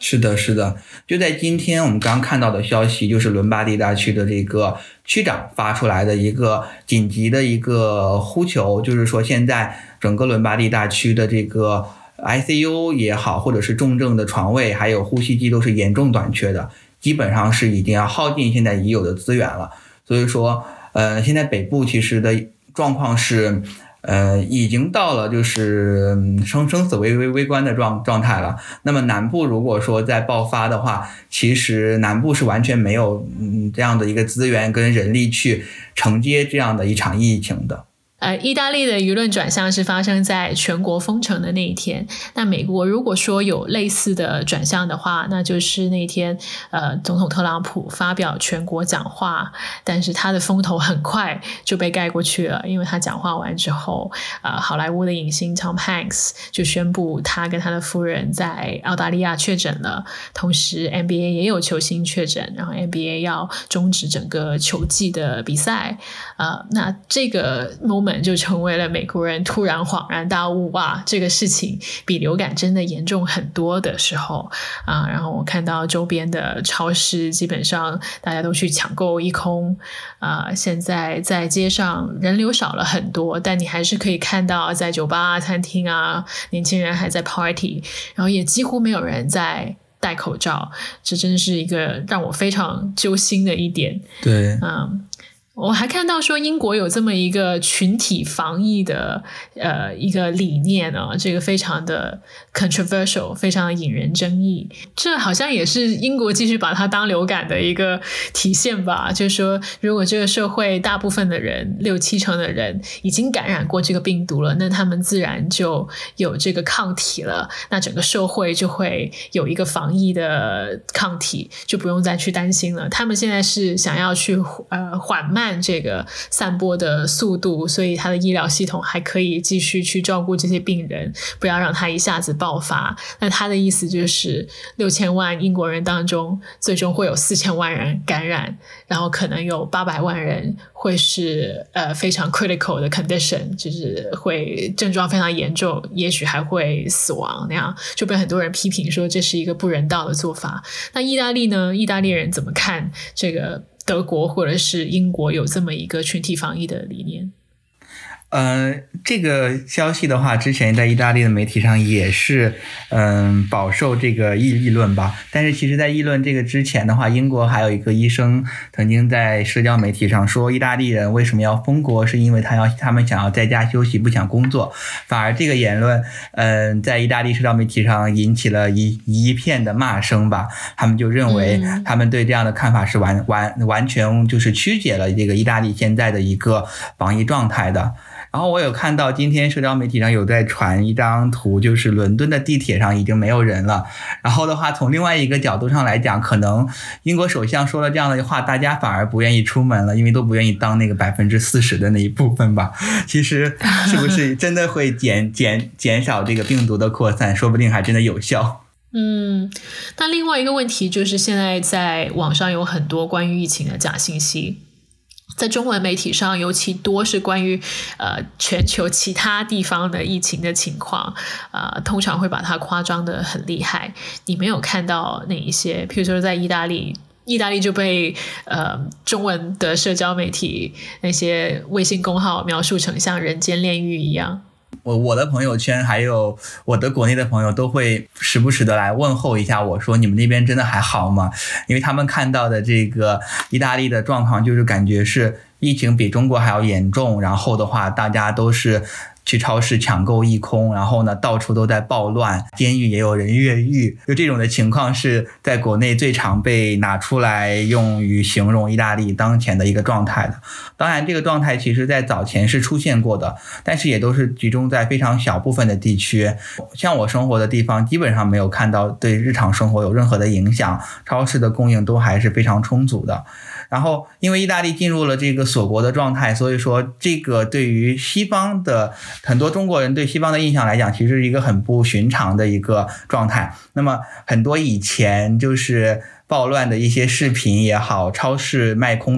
是的，是的，就在今天我们刚看到的消息，就是伦巴第大区的这个区长发出来的一个紧急的一个呼求，就是说现在整个伦巴第大区的这个 I C U 也好，或者是重症的床位，还有呼吸机都是严重短缺的，基本上是已经要耗尽现在已有的资源了。所以说，呃，现在北部其实的状况是。呃，已经到了就是生生死危危危关的状状态了。那么南部如果说再爆发的话，其实南部是完全没有嗯这样的一个资源跟人力去承接这样的一场疫情的。
呃，意大利的舆论转向是发生在全国封城的那一天。那美国如果说有类似的转向的话，那就是那天呃，总统特朗普发表全国讲话，但是他的风头很快就被盖过去了，因为他讲话完之后，呃，好莱坞的影星 Tom Hanks 就宣布他跟他的夫人在澳大利亚确诊了，同时 N B A 也有球星确诊，然后 N B A 要终止整个球季的比赛。呃，那这个 moment就成为了美国人突然恍然大悟，哇，这个事情比流感真的严重很多的时候啊，然后我看到周边的超市基本上大家都去抢购一空啊，现在在街上人流少了很多，但你还是可以看到在酒吧、餐厅啊，年轻人还在 party， 然后也几乎没有人在戴口罩，这真是一个让我非常揪心的一点。
对，
嗯。我还看到说英国有这么一个群体防疫的呃一个理念呢、哦，这个非常的 controversial， 非常的引人争议。这好像也是英国继续把它当流感的一个体现吧，就是说如果这个社会大部分的人六七成的人已经感染过这个病毒了，那他们自然就有这个抗体了，那整个社会就会有一个防疫的抗体，就不用再去担心了。他们现在是想要去呃缓慢这个散播的速度，所以他的医疗系统还可以继续去照顾这些病人，不要让他一下子爆发。那他的意思就是六千万英国人当中最终会有四千万人感染，然后可能有八百万人会是呃非常 critical 的 condition， 就是会症状非常严重，也许还会死亡，那样就被很多人批评说这是一个不人道的做法。那意大利呢？意大利人怎么看这个德国或者是英国有这么一个群体防疫的理念？
呃，这个消息的话，之前在意大利的媒体上也是，嗯、呃，饱受这个议议论吧。但是其实在议论这个之前的话，英国还有一个医生曾经在社交媒体上说，意大利人为什么要封国，是因为他要他们想要在家休息，不想工作。反而这个言论，嗯、呃，在意大利社交媒体上引起了一一片的骂声吧。他们就认为，他们对这样的看法是完完完全就是曲解了这个意大利现在的一个防疫状态的。然后我有看到今天社交媒体上有在传一张图，就是伦敦的地铁上已经没有人了。然后的话，从另外一个角度上来讲，可能英国首相说了这样的话，大家反而不愿意出门了，因为都不愿意当那个百分之四十的那一部分吧。其实是不是真的会减减减少这个病毒的扩散，说不定还真的有效。
嗯，那另外一个问题就是现在在网上有很多关于疫情的假信息。在中文媒体上尤其多是关于呃全球其他地方的疫情的情况，呃通常会把它夸张的很厉害。你没有看到哪一些，譬如说在意大利意大利就被呃中文的社交媒体那些微信公号描述成像人间炼狱一样。
我我的朋友圈还有我的国内的朋友都会时不时的来问候一下我，说你们那边真的还好吗？因为他们看到的这个意大利的状况就是感觉是疫情比中国还要严重，然后的话大家都是去超市抢购一空，然后呢到处都在暴乱，监狱也有人越狱，就这种的情况是在国内最常被拿出来用于形容意大利当前的一个状态的。当然这个状态其实在早前是出现过的，但是也都是集中在非常小部分的地区，像我生活的地方基本上没有看到对日常生活有任何的影响，超市的供应都还是非常充足的。然后因为意大利进入了这个锁国的状态，所以说这个对于西方的很多中国人对西方的印象来讲，其实是一个很不寻常的一个状态。那么很多以前就是暴乱的一些视频也好，超市卖空的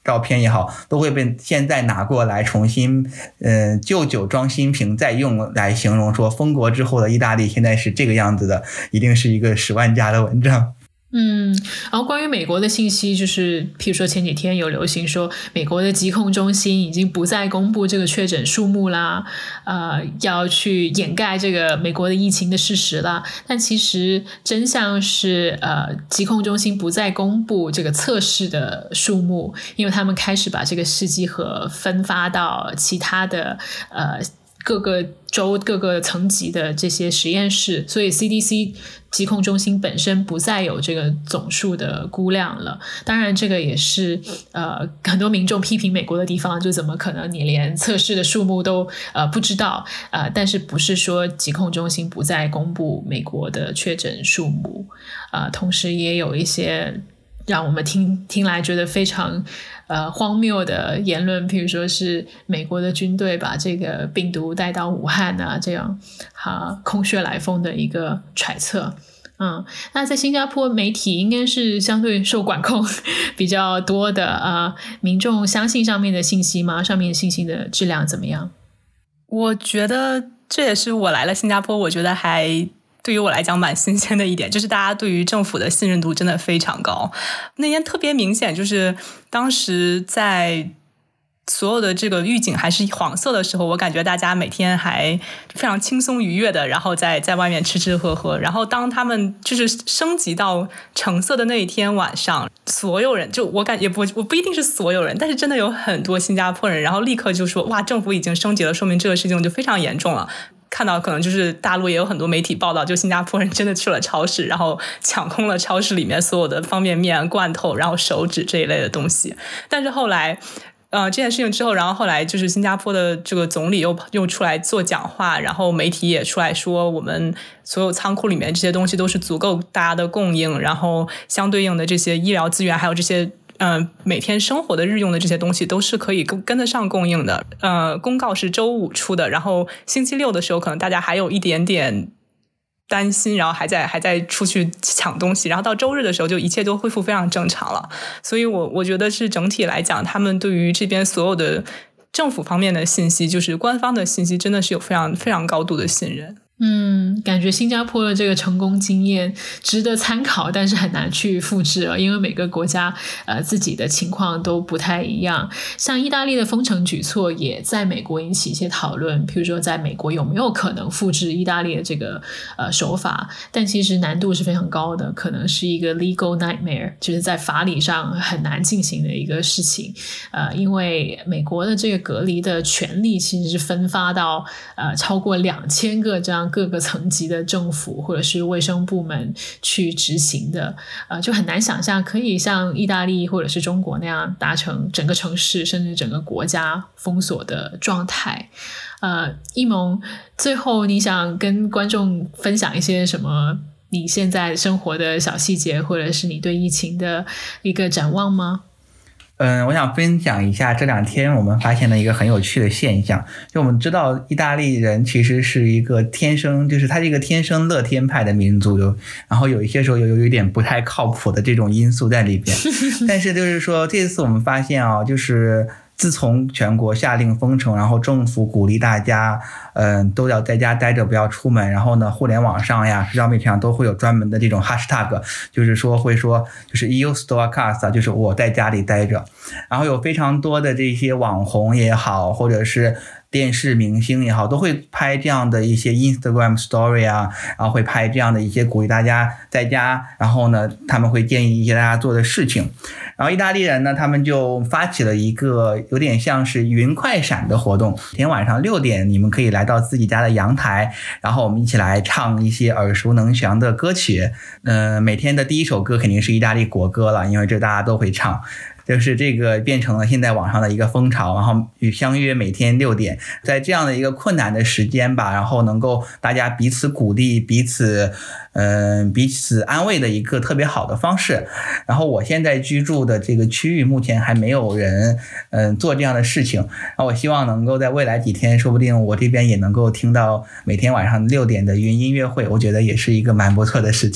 照片也好，都会被现在拿过来重新呃旧酒装新瓶再用来形容说封国之后的意大利现在是这个样子的，一定是一个十万加的文章。
嗯，然后关于美国的信息，就是譬如说前几天有流行说美国的疾控中心已经不再公布这个确诊数目啦，呃，要去掩盖这个美国的疫情的事实啦。但其实真相是，呃，疾控中心不再公布这个测试的数目，因为他们开始把这个试剂盒分发到其他的呃各个州各个层级的这些实验室，所以 C D C 疾控中心本身不再有这个总数的估量了。当然这个也是呃很多民众批评美国的地方，就怎么可能你连测试的数目都呃不知道，呃但是不是说疾控中心不再公布美国的确诊数目，呃同时也有一些让我们听听来觉得非常呃荒谬的言论，譬如说是美国的军队把这个病毒带到武汉啊，这样啊空穴来风的一个揣测。嗯，那在新加坡媒体应该是相对受管控比较多的，呃民众相信上面的信息吗？上面信息的质量怎么样？
我觉得这也是我来了新加坡我觉得还对于我来讲蛮新鲜的一点，就是大家对于政府的信任度真的非常高。那天特别明显，就是当时在所有的这个预警还是黄色的时候，我感觉大家每天还非常轻松愉悦的，然后在在外面吃吃喝喝。然后当他们就是升级到橙色的那一天晚上，所有人就我感觉不我不一定是所有人，但是真的有很多新加坡人，然后立刻就说哇，政府已经升级了，说明这个事情就非常严重了。看到可能就是大陆也有很多媒体报道，就新加坡人真的去了超市，然后抢空了超市里面所有的方便面、罐头，然后手纸这一类的东西。但是后来呃，这件事情之后，然后后来就是新加坡的这个总理又又出来做讲话，然后媒体也出来说我们所有仓库里面这些东西都是足够大家的供应，然后相对应的这些医疗资源还有这些呃，每天生活的日用的这些东西都是可以跟跟得上供应的。呃，公告是周五出的，然后星期六的时候可能大家还有一点点担心，然后还在还在出去抢东西，然后到周日的时候就一切都恢复非常正常了。所以我我觉得是整体来讲，他们对于这边所有的政府方面的信息，就是官方的信息，真的是有非常非常高度的信任。
嗯，感觉新加坡的这个成功经验值得参考，但是很难去复制了，因为每个国家呃自己的情况都不太一样。像意大利的封城举措也在美国引起一些讨论，譬如说在美国有没有可能复制意大利的这个呃手法，但其实难度是非常高的，可能是一个 legal nightmare， 就是在法理上很难进行的一个事情。呃，因为美国的这个隔离的权力其实是分发到呃超过两千个这样各个层级的政府或者是卫生部门去执行的，呃，就很难想象可以像意大利或者是中国那样达成整个城市甚至整个国家封锁的状态。呃，一萌，最后你想跟观众分享一些什么你现在生活的小细节，或者是你对疫情的一个展望吗？
嗯，我想分享一下这两天我们发现的一个很有趣的现象，就我们知道意大利人其实是一个天生就是他是一个天生乐天派的民族，有然后有一些时候有有一点不太靠谱的这种因素在里边但是就是说这次我们发现啊，就是自从全国下令封城，然后政府鼓励大家嗯、呃，都要在家待着不要出门，然后呢互联网上呀社交媒体上都会有专门的这种 hashtag， 就是说会说就是 io sto a casa， 就是我在家里待着，然后有非常多的这些网红也好或者是电视明星也好都会拍这样的一些 Instagram story 啊，然后会拍这样的一些鼓励大家在家，然后呢他们会建议一些大家做的事情。然后意大利人呢他们就发起了一个有点像是云快闪的活动，每天晚上六点你们可以来到自己家的阳台，然后我们一起来唱一些耳熟能详的歌曲。呃，每天的第一首歌肯定是意大利国歌了，因为这大家都会唱，就是这个变成了现在网上的一个风潮，然后相约每天六点，在这样的一个困难的时间吧，然后能够大家彼此鼓励彼此嗯、呃，彼此安慰的一个特别好的方式。然后我现在居住的这个区域目前还没有人嗯、呃、做这样的事情，然后我希望能够在未来几天说不定我这边也能够听到每天晚上六点的云音乐会，我觉得也是一个蛮不错的事情。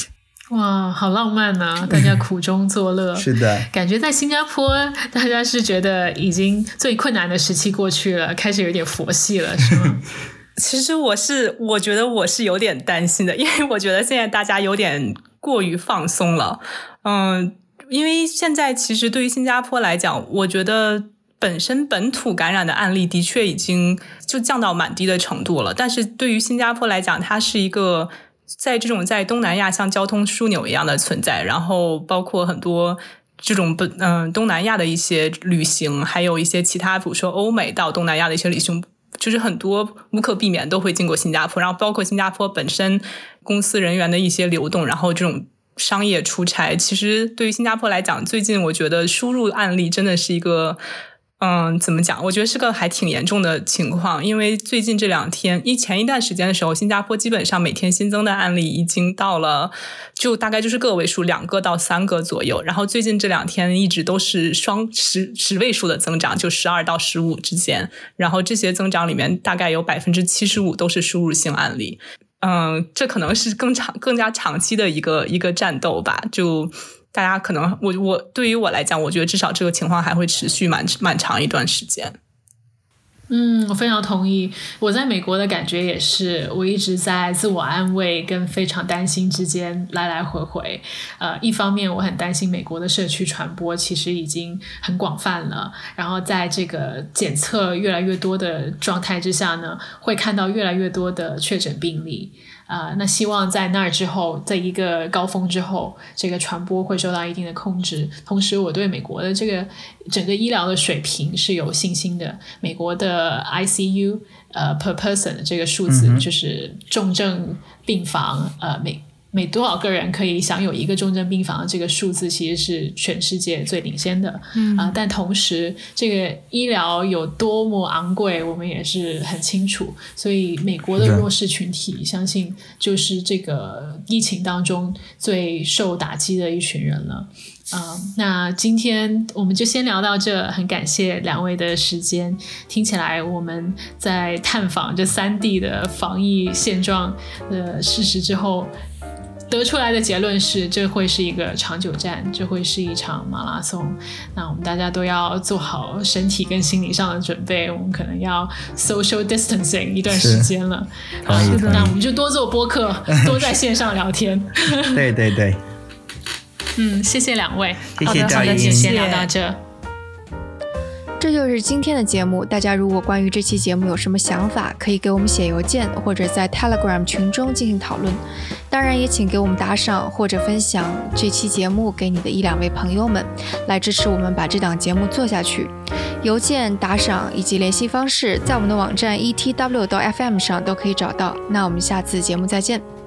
哇，好浪漫啊，大家苦中作乐。
是的，
感觉在新加坡大家是觉得已经最困难的时期过去了，开始有点佛系了，是吗？
其实我是我觉得我是有点担心的，因为我觉得现在大家有点过于放松了。嗯，因为现在其实对于新加坡来讲，我觉得本身本土感染的案例的确已经就降到蛮低的程度了，但是对于新加坡来讲，它是一个在这种在东南亚像交通枢纽一样的存在，然后包括很多这种嗯、呃、东南亚的一些旅行，还有一些其他比如说欧美到东南亚的一些旅行，就是很多无可避免都会经过新加坡，然后包括新加坡本身公司人员的一些流动，然后这种商业出差，其实对于新加坡来讲，最近我觉得输入案例真的是一个嗯，怎么讲？我觉得是个还挺严重的情况，因为最近这两天，一前一段时间的时候，新加坡基本上每天新增的案例已经到了，就大概就是个位数，两个到三个左右。然后最近这两天一直都是双十十位数的增长，就十二到十五之间。然后这些增长里面，大概有百分之七十五都是输入性案例。嗯，这可能是更长、更加长期的一个一个战斗吧。就大家可能我我对于我来讲，我觉得至少这个情况还会持续蛮蛮长一段时间。
嗯，我非常同意。我在美国的感觉也是，我一直在自我安慰跟非常担心之间来来回回。呃，一方面我很担心美国的社区传播其实已经很广泛了，然后在这个检测越来越多的状态之下呢，会看到越来越多的确诊病例。呃，那希望在那儿之后，在一个高峰之后，这个传播会受到一定的控制。同时，我对美国的这个整个医疗的水平是有信心的。美国的 I C U 呃 per person 的这个数字，嗯、就是重症病房呃每每多少个人可以享有一个重症病房的这个数字，其实是全世界最领先的。嗯、呃，但同时这个医疗有多么昂贵，我们也是很清楚。所以美国的弱势群体，相信就是这个疫情当中最受打击的一群人了。Uh, 那今天我们就先聊到这，很感谢两位的时间。听起来我们在探访这三地的防疫现状的事实之后，得出来的结论是这会是一个长久战，这会是一场马拉松。那我们大家都要做好身体跟心理上的准备，我们可能要 social distancing 一段时间了。
同意同意。
那我们就多做播客，多在线上聊天。
对对对。
嗯，谢谢两位。
谢谢赵英，
就先聊到这。
这就是今天的节目。大家如果关于这期节目有什么想法，可以给我们写邮件，或者在 Telegram 群中进行讨论。当然，也请给我们打赏或者分享这期节目给你的一两位朋友们，来支持我们把这档节目做下去。邮件、打赏以及联系方式，在我们的网站 E T W 到 F M 上都可以找到。那我们下次节目再见。